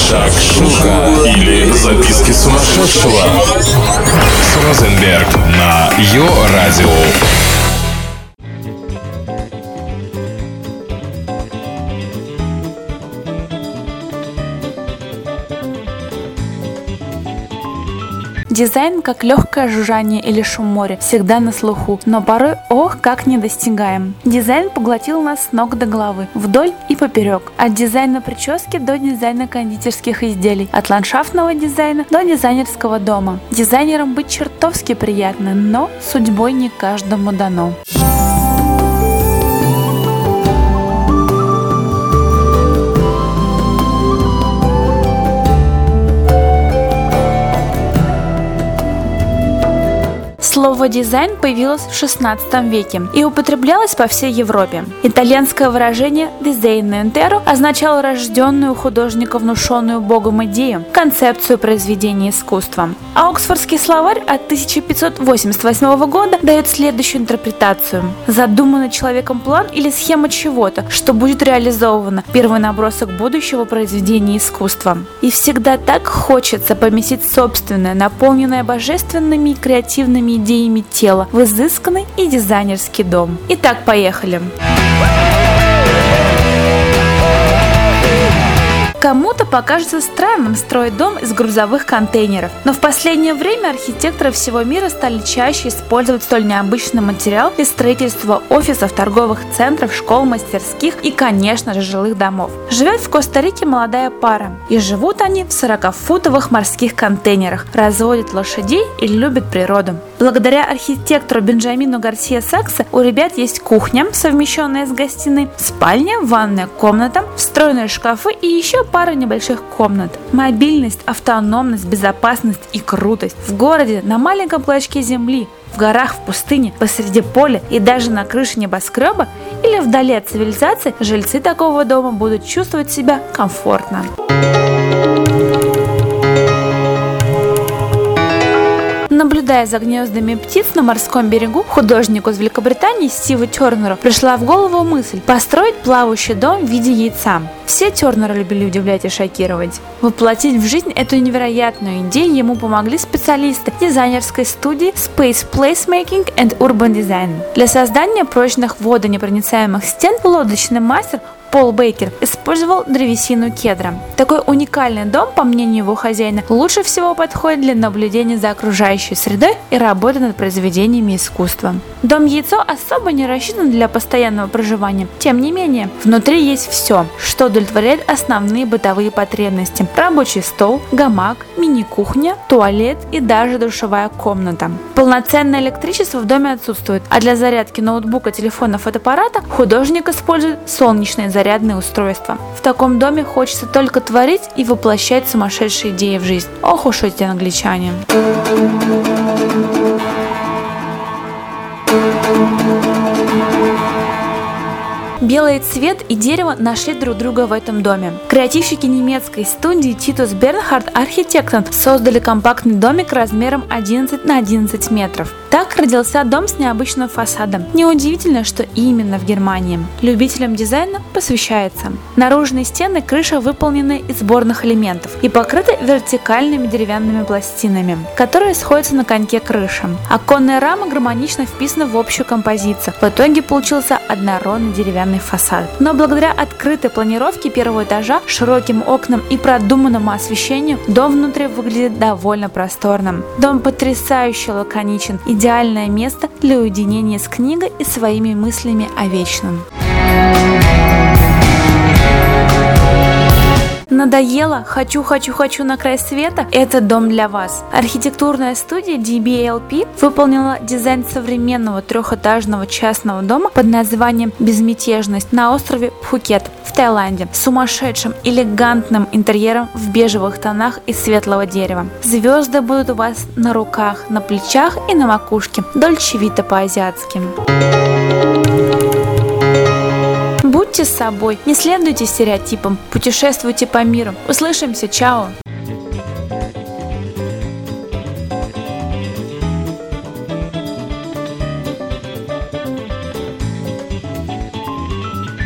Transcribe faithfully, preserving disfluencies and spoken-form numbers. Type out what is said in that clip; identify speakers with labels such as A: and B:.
A: Шакшука или записки сумасшедшего с Розенберг на Йо-Радио.
B: Дизайн, как легкое жужжание или шум моря, всегда на слуху, но порой, ох, как недостигаем. Дизайн поглотил нас с ног до головы, вдоль и поперек. От дизайна прически до дизайна кондитерских изделий, от ландшафтного дизайна до дизайнерского дома. Дизайнером быть чертовски приятно, но судьбой не каждому дано. Слово «дизайн» появилось в шестнадцатом веке и употреблялось по всей Европе. Итальянское выражение «disegno intero» означало рожденную у художника внушенную Богом идею, концепцию произведения искусства. А Оксфордский словарь от тысяча пятьсот восемьдесят восьмого года дает следующую интерпретацию. Задуманный человеком план или схема чего-то, что будет реализовано, первый набросок будущего произведения искусства. И всегда так хочется поместить собственное, наполненное божественными и креативными идеями тела в изысканный и дизайнерский дом. Итак, поехали! Кому-то покажется странным строить дом из грузовых контейнеров, но в последнее время архитекторы всего мира стали чаще использовать столь необычный материал для строительства офисов, торговых центров, школ, мастерских и, конечно же, жилых домов. Живет в Коста-Рике молодая пара, и живут они в сорокафутовых морских контейнерах, разводят лошадей и любят природу. Благодаря архитектору Бенджамину Гарсия Сакса у ребят есть кухня, совмещенная с гостиной, спальня, ванная комната, встроенные шкафы и еще пара небольших комнат. Мобильность, автономность, безопасность и крутость. В городе, на маленьком клочке земли, в горах, в пустыне, посреди поля и даже на крыше небоскреба или вдали от цивилизации жильцы такого дома будут чувствовать себя комфортно. Наблюдая за гнездами птиц на морском берегу, художнику из Великобритании Стиву Тернеру пришла в голову мысль построить плавающий дом в виде яйца. Все Тернеры любили удивлять и шокировать. Воплотить в жизнь эту невероятную идею ему помогли специалисты дизайнерской студии Space Placemaking and Urban Design. Для создания прочных водонепроницаемых стен лодочный мастер Пол Бейкер использовал древесину кедра. Такой уникальный дом, по мнению его хозяина, лучше всего подходит для наблюдения за окружающей средой и работы над произведениями искусства. Дом-яйцо особо не рассчитан для постоянного проживания. Тем не менее, внутри есть все, что удовлетворяет основные бытовые потребности. Рабочий стол, гамак, мини-кухня, туалет и даже душевая комната. Полноценное электричество в доме отсутствует, а для зарядки ноутбука, телефона, фотоаппарата художник использует солнечные зарядные устройства. В таком доме хочется только творить и воплощать сумасшедшие идеи в жизнь. Ох уж эти англичане! Белый цвет и дерево нашли друг друга в этом доме. Креативщики немецкой студии Titus Bernhard Architekten создали компактный домик размером одиннадцать на одиннадцать метров. Так родился дом с необычным фасадом. Неудивительно, что именно в Германии. Любителям дизайна посвящается. Наружные стены крыша выполнены из сборных элементов и покрыты вертикальными деревянными пластинами, которые сходятся на коньке крыши. Оконная рама гармонично вписана в общую композицию. В итоге получился однородный деревянный фасад. Но благодаря открытой планировке первого этажа, широким окнам и продуманному освещению, дом внутри выглядит довольно просторным. Дом потрясающе лаконичен, идеальное место для уединения с книгой и своими мыслями о вечном. Надоело? Хочу, хочу, хочу на край света? Это дом для вас. Архитектурная студия ди би эл пи выполнила дизайн современного трехэтажного частного дома под названием «Безмятежность» на острове Пхукет в Таиланде с сумасшедшим элегантным интерьером в бежевых тонах из светлого дерева. Звезды будут у вас на руках, на плечах и на макушке. Дольче Вита по-азиатски. Будьте с собой, не следуйте стереотипам, путешествуйте по миру. Услышимся, чао!